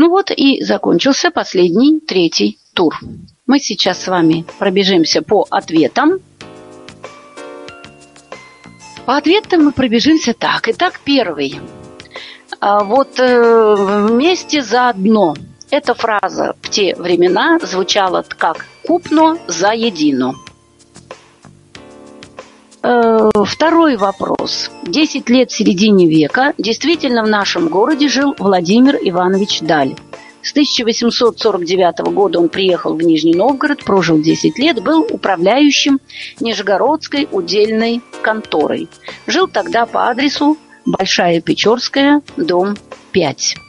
Ну вот и закончился последний, третий тур. Мы сейчас с вами пробежимся по ответам. По ответам мы пробежимся так. Итак, первый. Вот вместе заодно. Эта фраза в те времена звучала как «купно заедино». Второй вопрос. 10 лет в середине века действительно в нашем городе жил Владимир Иванович Даль. С 1849 года он приехал в Нижний Новгород, прожил 10 лет, был управляющим Нижегородской удельной конторой. Жил тогда по адресу Большая Печорская, дом 5.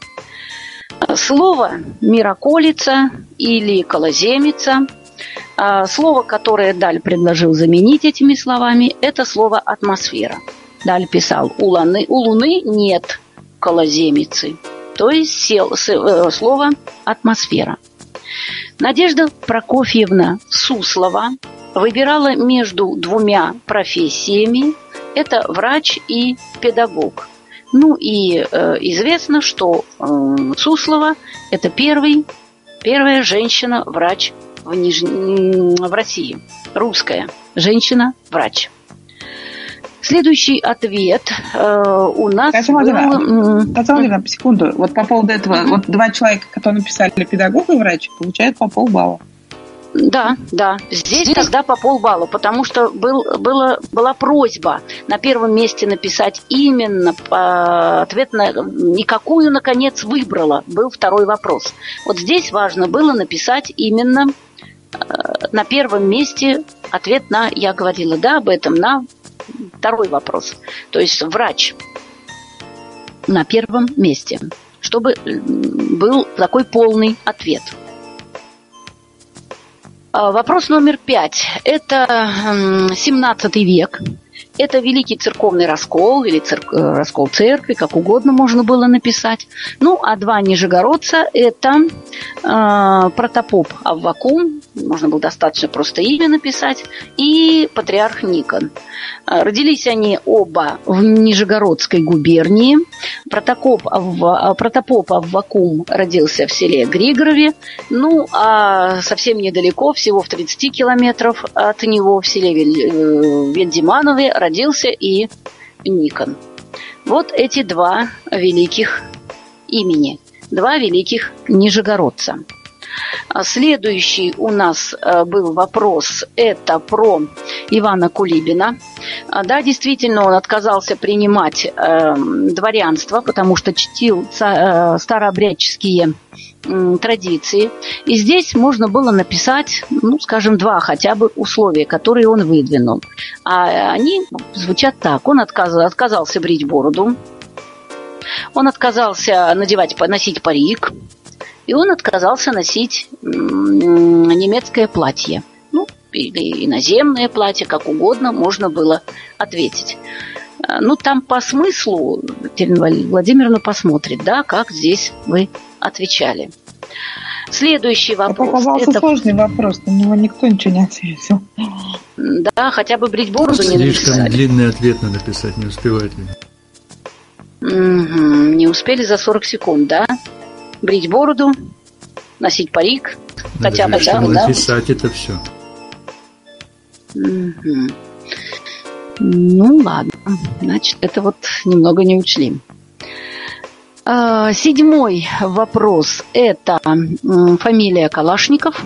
Слово «мироколица» или «колоземица», слово, которое Даль предложил заменить этими словами, это слово «атмосфера». Даль писал: у Луны нет колоземицы. То есть слово «атмосфера». Надежда Прокофьевна Суслова выбирала между двумя профессиями. Это врач и педагог. Ну и известно, что Суслова – это первая женщина-врач в России. Русская женщина-врач. Следующий ответ у нас Татьяна, секунду. Вот по поводу этого, вот два человека, которые написали педагог и врач, получают по полбалла. Да. Здесь тогда по полбалла, потому что была просьба на первом месте написать именно ответ и какую, наконец, выбрала, был второй вопрос. Вот здесь важно было написать именно на первом месте ответ на, я говорила, да, об этом, на второй вопрос. То есть врач на первом месте, чтобы был такой полный ответ. Вопрос номер 5. Это 17 век. Это Великий церковный раскол или раскол церкви, как угодно можно было написать. Ну, а два нижегородца – это протопоп Аввакум, можно было достаточно просто имя написать, и патриарх Никон. Родились они оба в Нижегородской губернии. Протопоп Аввакум родился в селе Григорове, ну, а совсем недалеко, всего в 30 километров от него, в селе Вельдеманове, родился и Никон. Вот эти два великих имени, два великих нижегородца. Следующий у нас был вопрос, это про Ивана Кулибина. Да, действительно, он отказался принимать дворянство, потому что чтил старообрядческие традиции. И здесь можно было написать, ну, скажем, два хотя бы условия, которые он выдвинул. А они звучат так. Он отказался брить бороду, он отказался носить парик, и он отказался носить немецкое платье. Ну, или иноземное платье, как угодно можно было ответить. Ну, там по смыслу Екатерина Владимировна посмотрит, да, как здесь вы отвечали. Следующий вопрос. Это оказался сложный вопрос, на него никто ничего не ответил. Да, хотя бы брить бороду не написали. Слишком длинный ответ надо писать, не успевать. Не успели за 40 секунд, да? Брить бороду, носить парик. Надо хотя бы, да, написать это все. Ну, ладно. Значит, это вот немного не учли. 7-й вопрос. Это фамилия Калашников.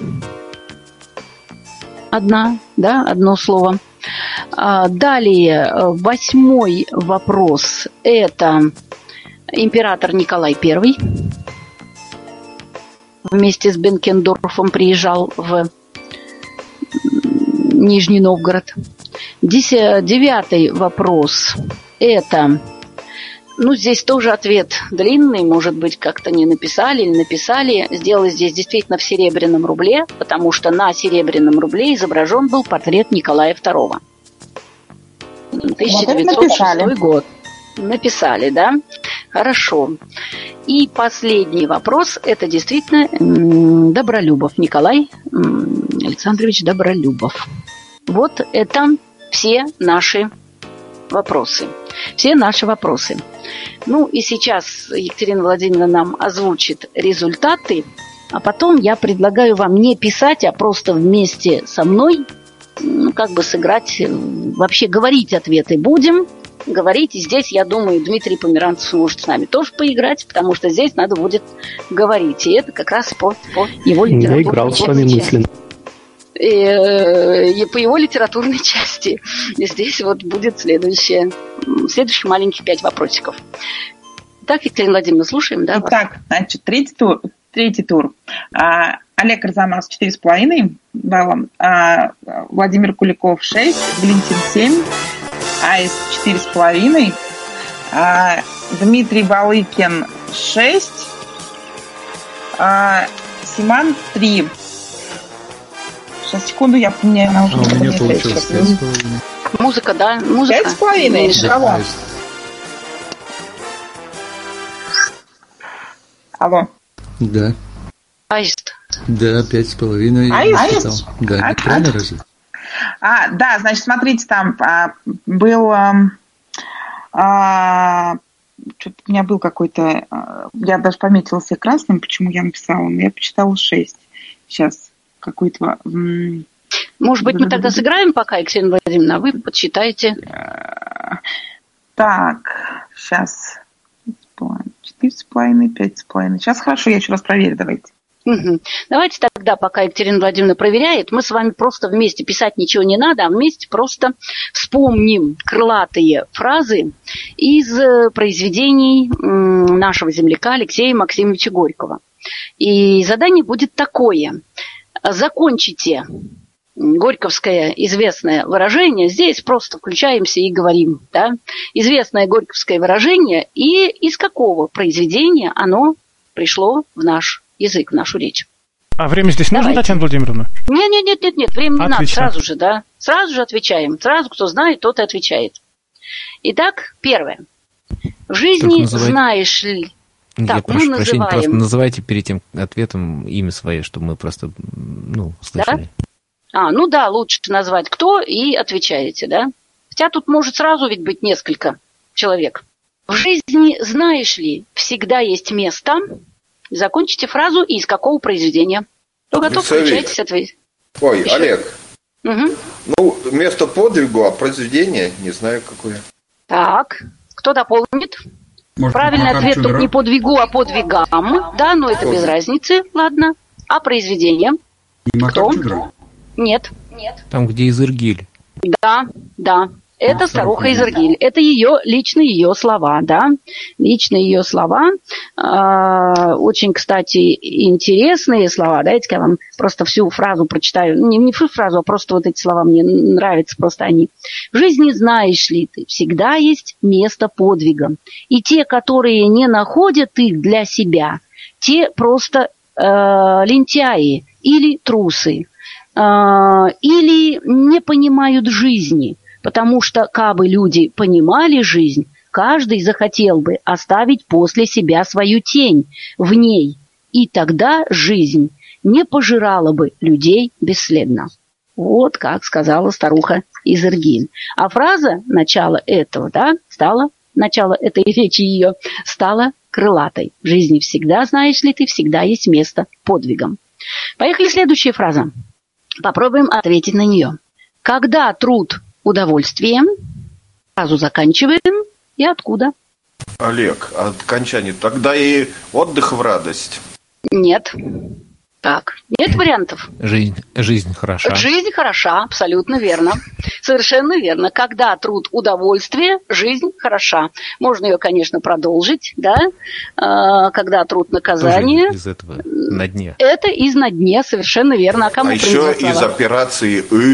Одно слово. Далее, 8-й вопрос. Это император Николай I. Вместе с Бенкендорфом приезжал в Нижний Новгород. 9-й вопрос. Это, ну, здесь тоже ответ длинный, может быть, как-то не написали или написали. Сделали здесь действительно в серебряном рубле, потому что на серебряном рубле изображен был портрет Николая II. 1906 год. Написали, да? Хорошо. И последний вопрос. Это действительно Добролюбов. Николай Александрович Добролюбов. Вот это все наши вопросы. Все наши вопросы. Ну и сейчас Екатерина Владимировна нам озвучит результаты, а потом я предлагаю вам не писать, а просто вместе со мной как бы сыграть, вообще говорить ответы будем. Говорить. И здесь, я думаю, Дмитрий Померанцев может с нами тоже поиграть, потому что здесь надо будет говорить. И это как раз по его литературной Я играл с вами мысленно. И по его литературной части. И здесь вот будет следующие маленькие 5 вопросиков. Так, Екатерина Владимировна, слушаем, да? Итак, значит, третий тур. Олег Арзамас 4,5 балла, Владимир Куликов 6, Валентин 7, Аист 4,5, Дмитрий Балыкин 6, Симан 3. Сейчас, секунду, я поменяю на у меня получилось 5,5. Музыка, да? Музыка. 5,5. Алло. Да. Аист. Да, 5,5. Аист? Да, правильно разве? Да, значит, смотрите, там был... что-то у меня был какой-то... я даже пометила себе красным, почему я написала, но я почитала 6. Сейчас какой-то... Может быть, мы тогда сыграем пока, Екатерина Владимировна, а вы подсчитаете. Так, сейчас... 4,5, 5,5. Сейчас хорошо, я еще раз проверю, давайте. Угу. Давайте тогда, пока Екатерина Владимировна проверяет, мы с вами просто вместе писать ничего не надо, а вместе просто вспомним крылатые фразы из произведений нашего земляка Алексея Максимовича Горького. И задание будет такое. Закончите горьковское известное выражение. Здесь просто включаемся и говорим. Да? Известное горьковское выражение и из какого произведения оно пришло в наш язык, в нашу речь. А время здесь нужно, Татьяна Владимировна? Нет, время не надо, сразу же, да. Сразу же отвечаем. Сразу, кто знает, тот и отвечает. Итак, первое. В жизни знаешь ли... Я прошу прощения, просто называйте перед тем ответом имя свое, чтобы мы просто, слышали. Да? Лучше назвать кто и отвечаете, да? Хотя тут может сразу ведь быть несколько человек. В жизни, знаешь ли, всегда есть место... Закончите фразу и из какого произведения. Кто готов, включайтесь, ответить. Ой, еще? Олег. Угу. Место подвигу, а произведение не знаю какое. Так, кто дополнит? Может, правильный ответ тут не подвигу, а подвигам. Да, но это без разницы, ладно. А произведение? Кто? Нет. Там, где Изыргиль. Да. Это старуха Изыргиль. Это лично ее слова, да. Лично ее слова. Очень, кстати, интересные слова. Давайте я вам просто всю фразу прочитаю. Не всю фразу, а просто вот эти слова мне нравятся, просто они. В жизни, знаешь ли ты, всегда есть место подвига. И те, которые не находят их для себя, те просто лентяи или трусы. Или не понимают жизни. Потому что, кабы люди понимали жизнь, каждый захотел бы оставить после себя свою тень в ней, и тогда жизнь не пожирала бы людей бесследно. Вот как сказала старуха Изыргиль. А фраза начало этого, начало этой речи ее стало крылатой. В жизни всегда, знаешь ли ты, всегда есть место подвигам. Поехали, следующая фраза. Попробуем ответить на нее. Когда труд удовольствием. Сразу заканчиваем. И откуда? Олег, от окончания. Тогда и отдых в радость. Нет. Так, нет вариантов? Жизнь хороша. Жизнь хороша, абсолютно верно. Совершенно верно. Когда труд удовольствие, жизнь хороша. Можно ее, конечно, продолжить, да? Когда труд наказание. Тоже из этого на дне. Это из на дне, совершенно верно. А кому еще из операции «И».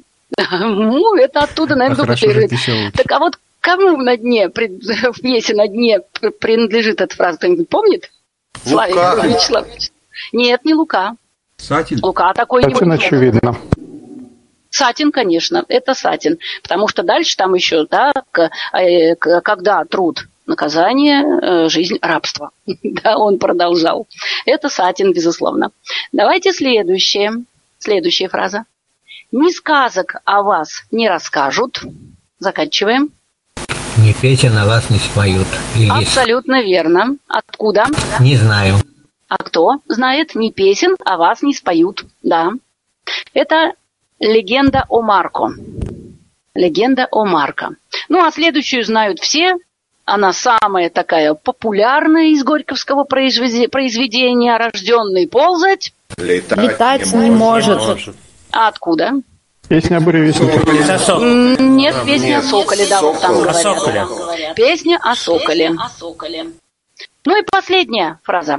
Это оттуда, наверное, дублирует. Так а вот кому на дне, в пьесе на дне принадлежит эта фраза? Кто-нибудь помнит? Лука. Нет, не Лука. Сатин? Лука такой не Сатин, очевидно. Сатин, конечно, это Сатин. Потому что дальше там еще, да, когда труд наказание, жизнь рабство. Да, он продолжал. Это Сатин, безусловно. Давайте следующая фраза. Ни сказок о вас не расскажут. Заканчиваем. Не песен, а вас не споют. Абсолютно верно. Откуда? Не знаю. А кто знает? Не песен, а вас не споют. Да. Это легенда о Марко. Легенда о Марко. Ну, а следующую знают все. Она самая такая популярная из горьковского произведения. Рожденный ползать. Летать не может. А откуда? Песня о буревестнике. Нет, песня о соколе, да, вот там говорят. Песня о соколе. Ну и последняя фраза.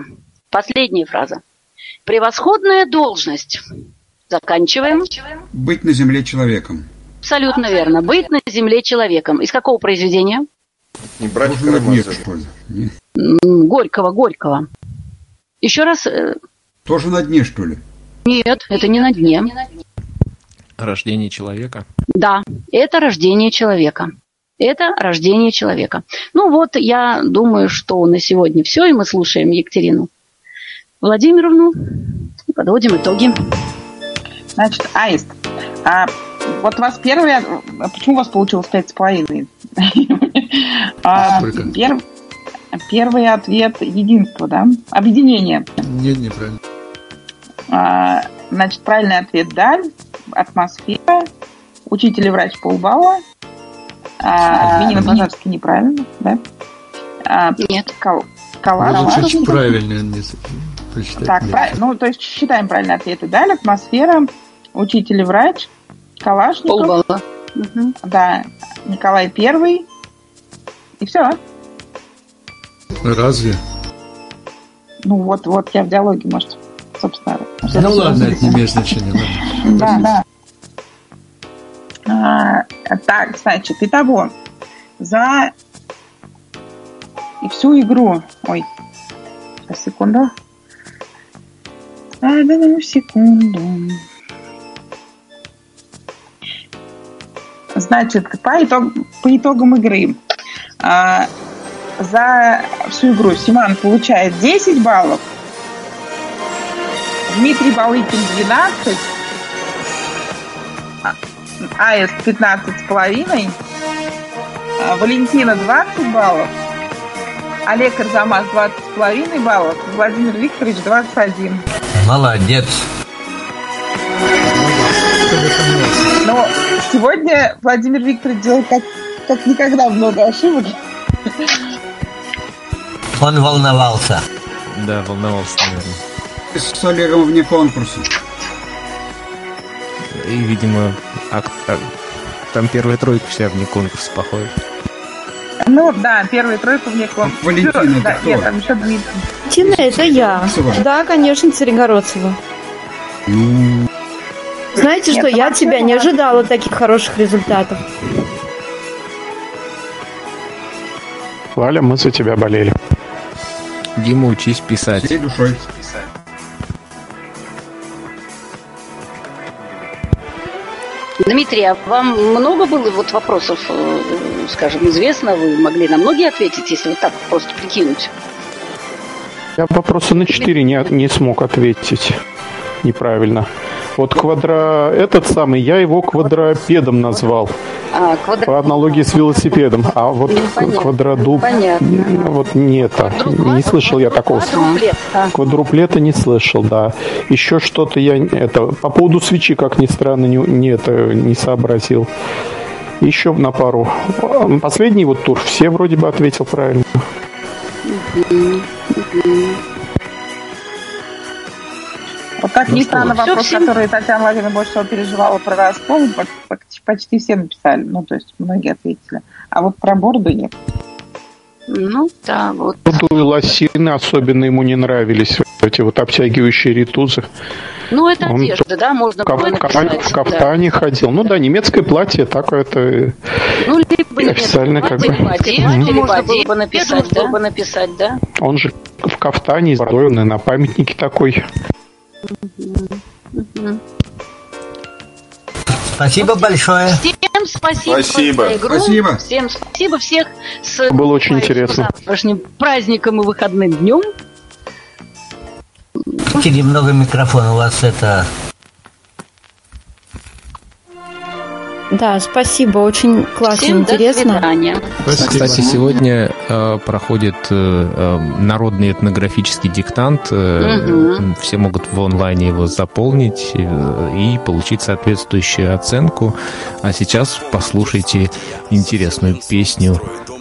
Превосходная должность. Заканчиваем. Быть на земле человеком. Абсолютно верно. Быть на земле человеком. Из какого произведения? Не брать Карамазова. Горького. Еще раз. Тоже на дне, что ли? Нет, это не на дне. Рождение человека? Да, это рождение человека. Ну вот, я думаю, что на сегодня все, и мы слушаем Екатерину Владимировну и подводим итоги. Значит, Аист, вот у вас первый... Почему у вас получилось 5,5? Первый ответ — единство, да? Объединение. Нет, неправильно. Значит, правильный ответ — даль, атмосфера, учитель и врач — полбалла. Минина Пожарский неправильно, да? Нет. Коллаж. Чуть правильно не прочитать. Так, ну, то есть считаем правильные ответы. Даль, атмосфера, учитель и врач, Калашников. Полбалла. Да, Николай I. И все. Разве? Ну, вот я в диалоге, может, собственно. Ну ладно, это не имеет значения. Да. Так, значит, итого, за и всю игру... Ой, сейчас, секунду. Секунду. Значит, по итогам игры за всю игру Симан получает 10 баллов, Дмитрий Балыкин 12, Аист 15,5, Валентина 20 баллов, Олег Арзамас 20,5 баллов, Владимир Викторович 21. Молодец. Но сегодня Владимир Викторович делал как никогда много ошибок. Он волновался. Да, волновался, наверное. С Олегом вне конкурса. И, видимо, там первая тройка вся вне конкурса, похоже. Ну, да, первая тройка вне конкурса. Валентина, да, нет, там еще Дмитрий. Валентина, это я. Да, конечно, Царегородцева. Знаете что, я от тебя не ожидала таких хороших результатов. Валя, мы за тебя болели. Дима, учись писать. Всей душой. Дмитрий, а вам много было вот вопросов, скажем, известно? Вы могли на многие ответить, если вот так просто прикинуть? Я вопросы на 4 не смог ответить неправильно. Вот я его квадропедом назвал. По аналогии с велосипедом. А вот квадродуп... Вот нет, не слышал я такого. Квадруплета не слышал, да. Еще что-то я... по поводу свечи, как ни странно, не сообразил. Еще на пару. Последний вот тур все вроде бы ответил правильно. Вот так ни странно, вопрос, который Татьяна Владимировна больше всего переживала про раскол, почти все написали. Ну, то есть многие ответили. А вот про борду нет. Ну, да, вот. Борду и лосины особенно ему не нравились. Эти вот обтягивающие ритузы. Ну, это одежда, да, можно было написать. В кафтане ходил. Ну да, немецкое платье, так это... Ну, либо официально как бы. Можно было бы написать, да? Он же в кафтане, он на памятнике такой. Спасибо большое. Всем спасибо за игру. Спасибо. Всем спасибо, всех с было очень интересно. Завтрашним праздником и выходным днем. Немного микрофон у вас это... Да, спасибо, очень классно, всем интересно. До свидания. Спасибо. Кстати, сегодня проходит народный этнографический диктант. Все могут в онлайне его заполнить и получить соответствующую оценку. А сейчас послушайте интересную песню.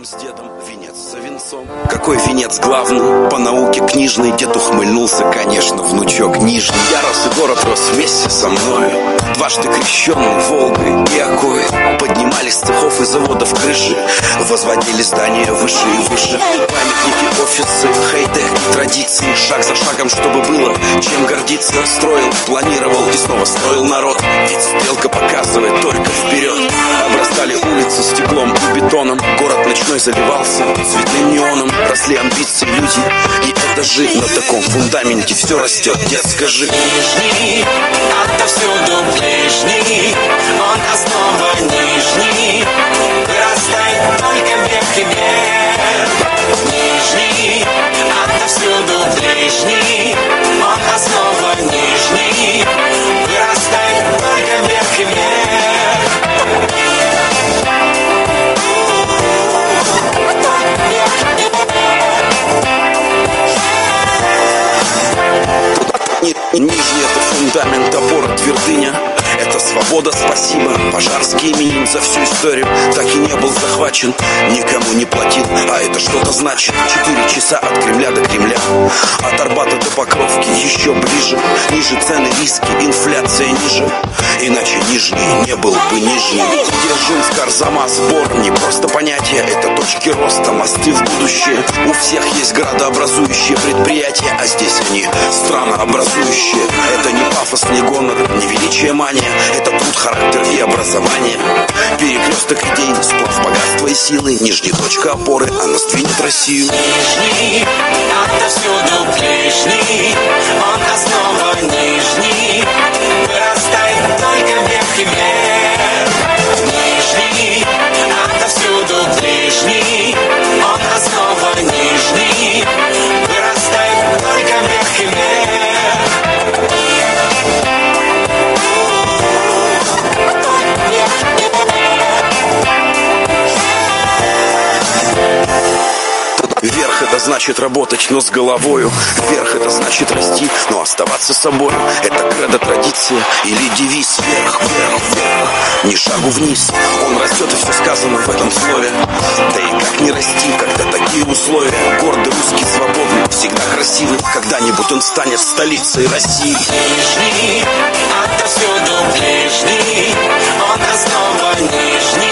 Какой венец главный? По науке книжный. Дед ухмыльнулся, конечно, внучок нижний. Я рос, и город рос вместе со мною. Дважды крещенный Волгой и Окой. Поднимали с цехов и заводов крыши. Возводили здания выше и выше. Памятники, офисы, хай-тек и традиции. Шаг за шагом, чтобы было чем гордиться. Строил, планировал и снова строил народ. Ведь стрелка показывает только вперед. Обрастали улицы стеклом и бетоном. Город ночной заливался цветным неоном. Росли амбиции люди, и это же на таком фундаменте все растет. Дед, скажи. Нижний, отовсюду ближний, он основа нижний, вырастает только вверх и вверх. Нижний, отовсюду ближний, он основа нижний, вырастает только вверх и вверх. Нижний — это фундамент, опора, твердыня. Это свобода, спасибо. Пожарский именин за всю историю так и не был захвачен, никому не платил, а это что-то значит. 4 часа от Кремля до Кремля, от Арбата до Покровки еще ближе. Ниже цены, риски, инфляция ниже. Иначе Нижний не был бы Нижним. Дзержинск, Арзамас, Бор — не просто понятие, это точки роста, мосты в будущее. У всех есть градообразующие предприятия, а здесь они странообразующие. Это не пафос, не гонор, не величие, мания. Это труд, характер и образование. Перекресток идей, сплав богатства и силы. Нижний — точка опоры, она сдвинет Россию. Нижний, отовсюду ближний, он основа нижний, вырастает только вверх и вверх. Нижний, отовсюду ближний, он основа нижний, вырастает только вверх и вверх. Вверх — это значит работать, но с головою. Вверх — это значит расти, но оставаться собой. Это кредо, традиция или девиз. Вверх, вверх, вверх, ни шагу вниз. Он растет, и все сказано в этом слове. Да и как не расти, когда такие условия? Гордый, русский, свободный, всегда красивый. Когда-нибудь он станет столицей России. Нижний, отовсюду ближний, он основа нижний.